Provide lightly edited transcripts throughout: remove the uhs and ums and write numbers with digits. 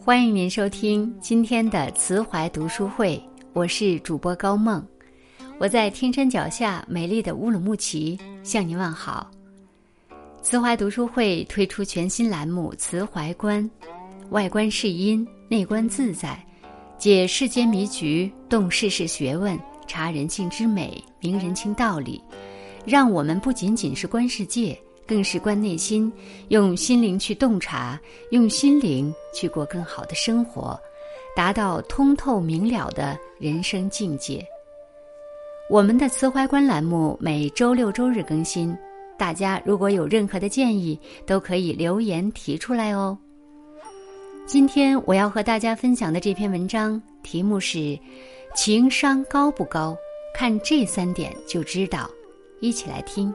欢迎您收听今天的慈怀读书会，我是主播高梦。我在天山脚下美丽的乌鲁木齐向您问好。慈怀读书会推出全新栏目慈怀观，外观是因，内观自在，解世间迷局，动世事学问，察人性之美，明人情道理，让我们不仅仅是观世界，更是观内心，用心灵去洞察，用心灵去过更好的生活，达到通透明了的人生境界。我们的慈怀观栏目每周六周日更新，大家如果有任何的建议，都可以留言提出来哦。今天我要和大家分享的这篇文章题目是情商高不高，看这3点就知道。一起来听。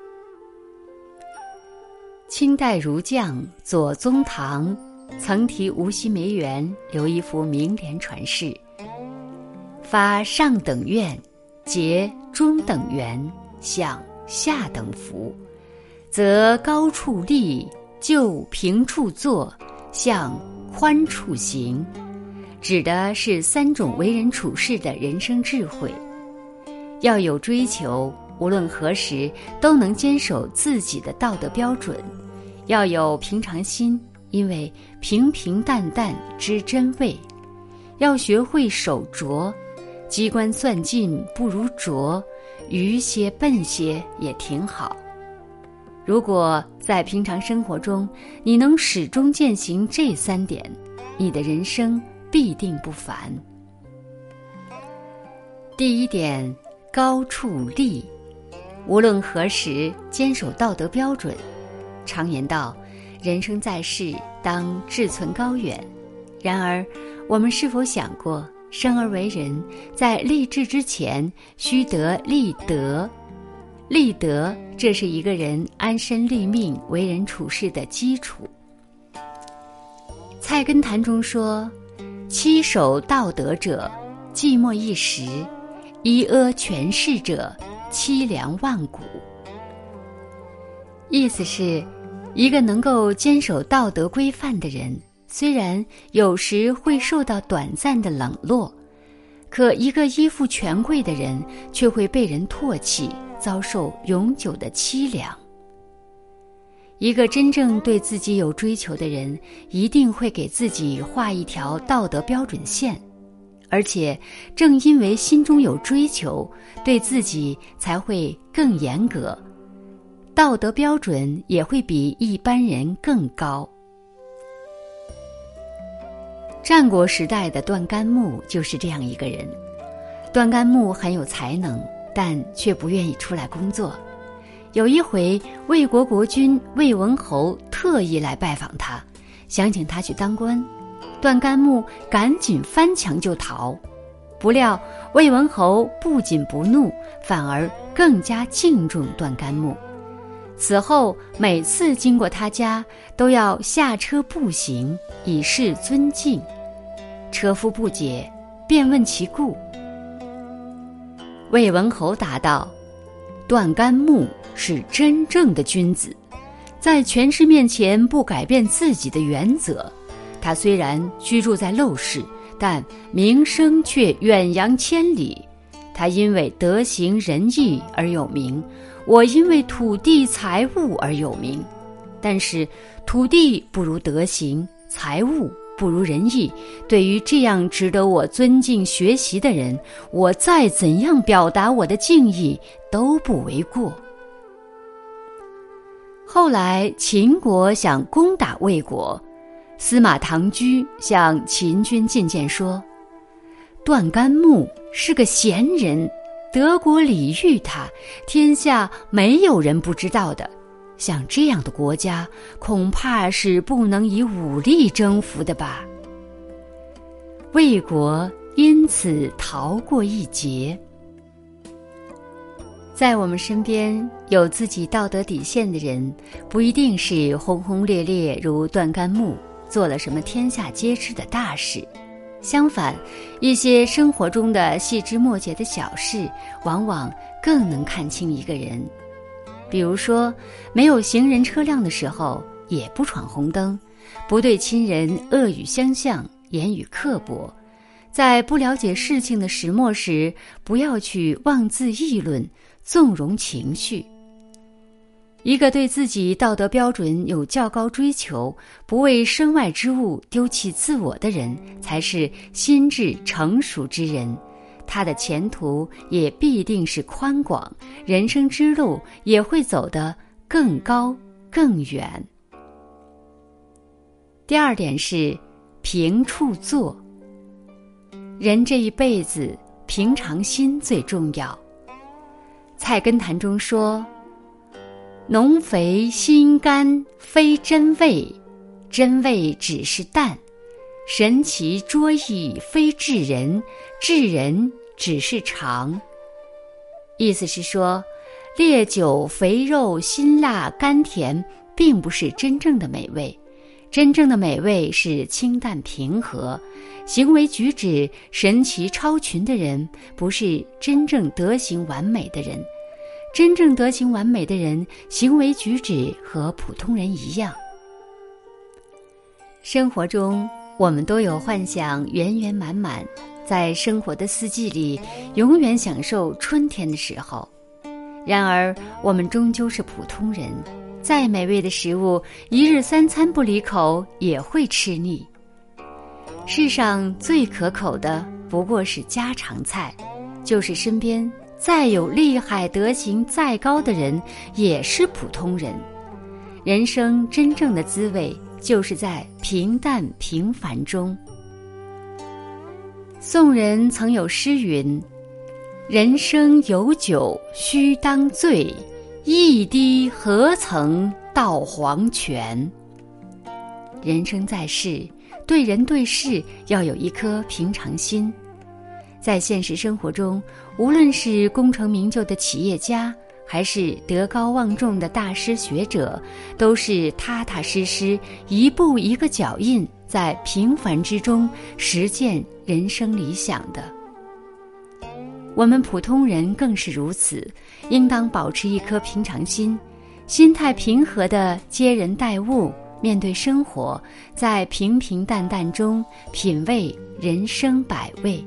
清代儒将左宗棠曾题无锡梅园留一幅名联传世：发上等愿，结中等缘，享下等福，则高处立，就平处坐，向宽处行。指的是3种为人处事的人生智慧。要有追求，无论何时都能坚守自己的道德标准；要有平常心，因为平平淡淡知真味；要学会守拙，机关算尽不如拙，愚些笨些也挺好。如果在平常生活中你能始终践行这3点，你的人生必定不凡。第1点，高处立，无论何时坚守道德标准。常言道，人生在世，当志存高远。然而，我们是否想过，生而为人，在立志之前，须得立德。立德，这是一个人安身立命、为人处事的基础。菜根谭中说：七守道德者，寂寞一时；一阿权势者，凄凉万古。意思是，一个能够坚守道德规范的人，虽然有时会受到短暂的冷落，可一个依附权贵的人却会被人唾弃，遭受永久的凄凉。一个真正对自己有追求的人，一定会给自己画一条道德标准线，而且正因为心中有追求，对自己才会更严格，道德标准也会比一般人更高。战国时代的段干木就是这样一个人。段干木很有才能，但却不愿意出来工作。有一回，魏国国君魏文侯特意来拜访他，想请他去当官。段干木赶紧翻墙就逃，不料魏文侯不仅不怒，反而更加敬重段干木。此后每次经过他家，都要下车步行，以示尊敬。车夫不解，便问其故。魏文侯答道：段干木是真正的君子，在权势面前不改变自己的原则。他虽然居住在陋室，但名声却远扬千里。他因为德行仁义而有名，我因为土地财物而有名。但是土地不如德行，财物不如仁义，对于这样值得我尊敬学习的人，我再怎样表达我的敬意都不为过。后来秦国想攻打魏国，司马唐居向秦军进谏说：段干木是个贤人，德国礼遇他，天下没有人不知道的。像这样的国家，恐怕是不能以武力征服的吧。魏国因此逃过一劫。在我们身边有自己道德底线的人，不一定是轰轰烈烈如段干木，做了什么天下皆知的大事。相反，一些生活中的细枝末节的小事，往往更能看清一个人。比如说，没有行人车辆的时候， 也不闯红灯，不对亲人恶语相向，言语刻薄。在不了解事情的始末时，不要去妄自议论，纵容情绪。一个对自己道德标准有较高追求，不为身外之物丢弃自我的人，才是心智成熟之人。他的前途也必定是宽广，人生之路也会走得更高更远。第二点是平处坐。人这一辈子，平常心最重要。菜根谭中说，浓肥心甘非真味，真味只是淡；神奇卓异非智人，智人只是常。意思是说，烈酒肥肉辛辣甘甜并不是真正的美味，真正的美味是清淡平和。行为举止神奇超群的人，不是真正德行完美的人。真正德行完美的人，行为举止和普通人一样。生活中，我们都有幻想圆圆满满，在生活的四季里，永远享受春天的时候。然而，我们终究是普通人，再美味的食物，一日三餐不离口，也会吃腻。世上最可口的不过是家常菜，就是身边再有厉害德行再高的人，也是普通人。人生真正的滋味，就是在平淡平凡中。宋人曾有诗云，人生有酒须当醉，一滴何曾到黄泉。人生在世，对人对事要有一颗平常心。在现实生活中，无论是功成名就的企业家，还是德高望重的大师学者，都是踏踏实实，一步一个脚印，在平凡之中实践人生理想的。我们普通人更是如此，应当保持一颗平常心，心态平和地接人待物，面对生活，在平平淡淡中品味人生百味。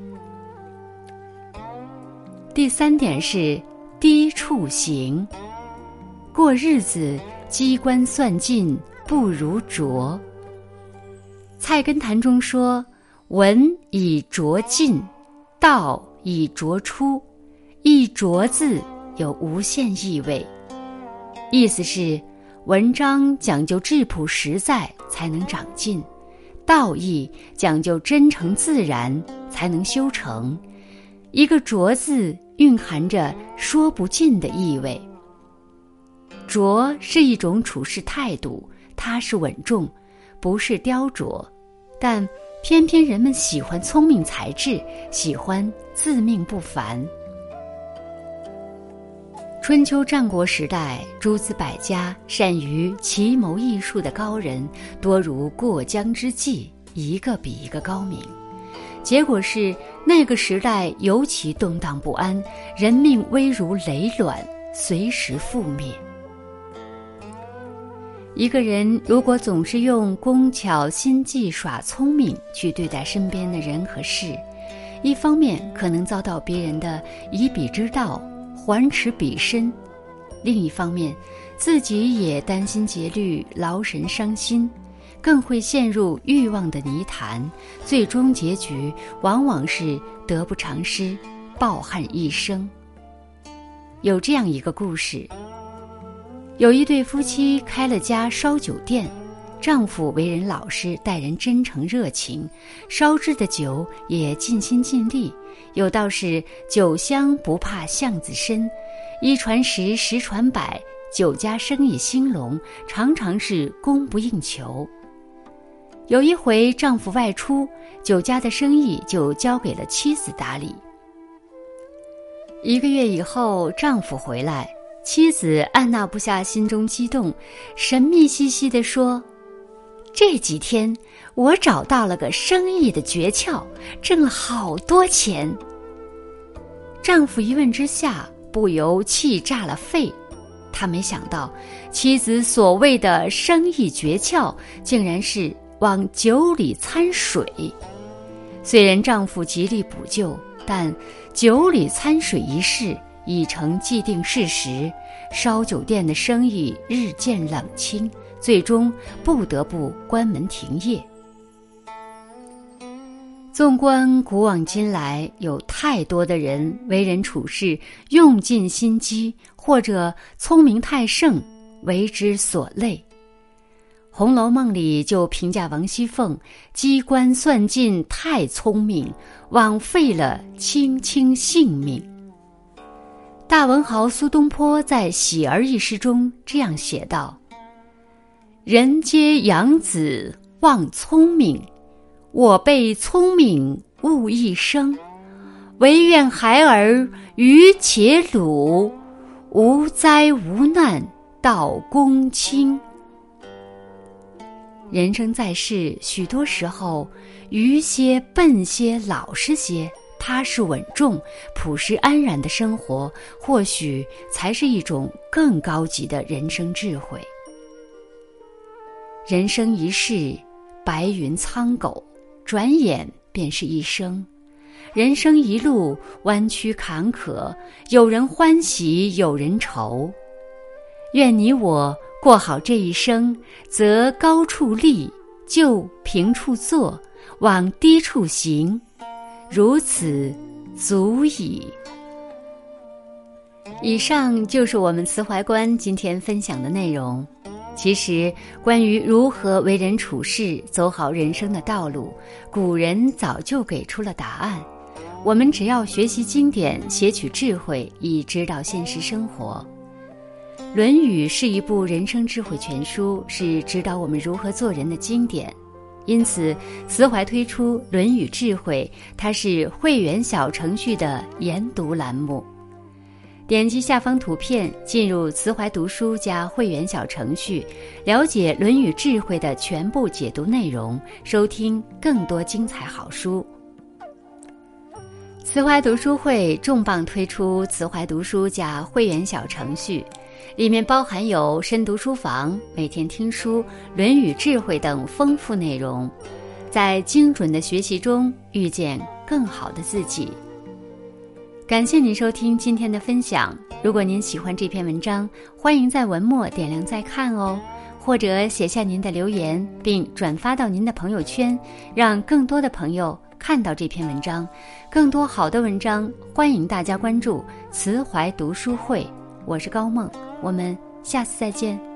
第三点是低处行。过日子，机关算尽不如拙。菜根谭中说，文以拙进，道以拙出，一拙字有无限意味。意思是，文章讲究质朴实在才能长进，道义讲究真诚自然才能修成。一个拙字蕴含着说不尽的意味。拙是一种处事态度，踏实稳重，不是雕琢，但偏偏人们喜欢聪明才智，喜欢自命不凡。春秋战国时代，诸子百家善于奇谋艺术的高人多如过江之鲫，一个比一个高明。结果是那个时代尤其动荡不安，人命危如累卵，随时覆灭。一个人如果总是用工巧心计耍聪明去对待身边的人和事，一方面可能遭到别人的以彼之道还持彼身，另一方面自己也担心竭虑，劳神伤心，更会陷入欲望的泥潭，最终结局往往是得不偿失，抱憾一生。有这样一个故事，有一对夫妻开了家烧酒店，丈夫为人老实，待人真诚热情，烧制的酒也尽心尽力。有道是酒香不怕巷子深，一传十，十传百，酒家生意兴隆，常常是供不应求。有一回丈夫外出，酒家的生意就交给了妻子打理。1个月以后，丈夫回来，妻子按捺不下心中激动，神秘兮兮地说，这几天我找到了个生意的诀窍，挣了好多钱。丈夫一问之下，不由气炸了肺， 他没想到，妻子所谓的生意诀窍，竟然是往酒里掺水。虽然丈夫极力补救，但酒里掺水一事已成既定事实，烧酒店的生意日渐冷清，最终不得不关门停业。纵观古往今来，有太多的人为人处事用尽心机，或者聪明太盛，为之所累。《红楼梦》里就评价王熙凤机关算尽太聪明，枉费了卿卿性命。大文豪苏东坡在《喜儿》一诗中这样写道：人皆养子望聪明，我辈聪明误一生，唯愿孩儿愚且鲁，无灾无难到公卿。人生在世，许多时候愚些、笨些、老实些，踏实稳重、朴实安然的生活，或许才是一种更高级的人生智慧。人生一世，白云苍狗，转眼便是一生。人生一路弯曲坎坷，有人欢喜，有人愁。愿你我过好这一生，择高处立，就平处坐，往低处行，如此足矣。以上就是我们慈怀观今天分享的内容。其实关于如何为人处事，走好人生的道路，古人早就给出了答案，我们只要学习经典，撷取智慧，以指导现实生活。《论语》是一部人生智慧全书，是指导我们如何做人的经典。因此慈怀推出《论语智慧》，它是会员小程序的研读栏目。点击下方图片，进入慈怀读书加会员小程序，了解《论语智慧》的全部解读内容，收听更多精彩好书。慈怀读书会重磅推出慈怀读书加会员小程序，里面包含有深读书房、每天听书、《论语智慧》等丰富内容，在精准的学习中遇见更好的自己。感谢您收听今天的分享，如果您喜欢这篇文章，欢迎在文末点亮再看哦，或者写下您的留言并转发到您的朋友圈，让更多的朋友看到这篇文章。更多好的文章，欢迎大家关注慈怀读书会，我是高梦，我们下次再见。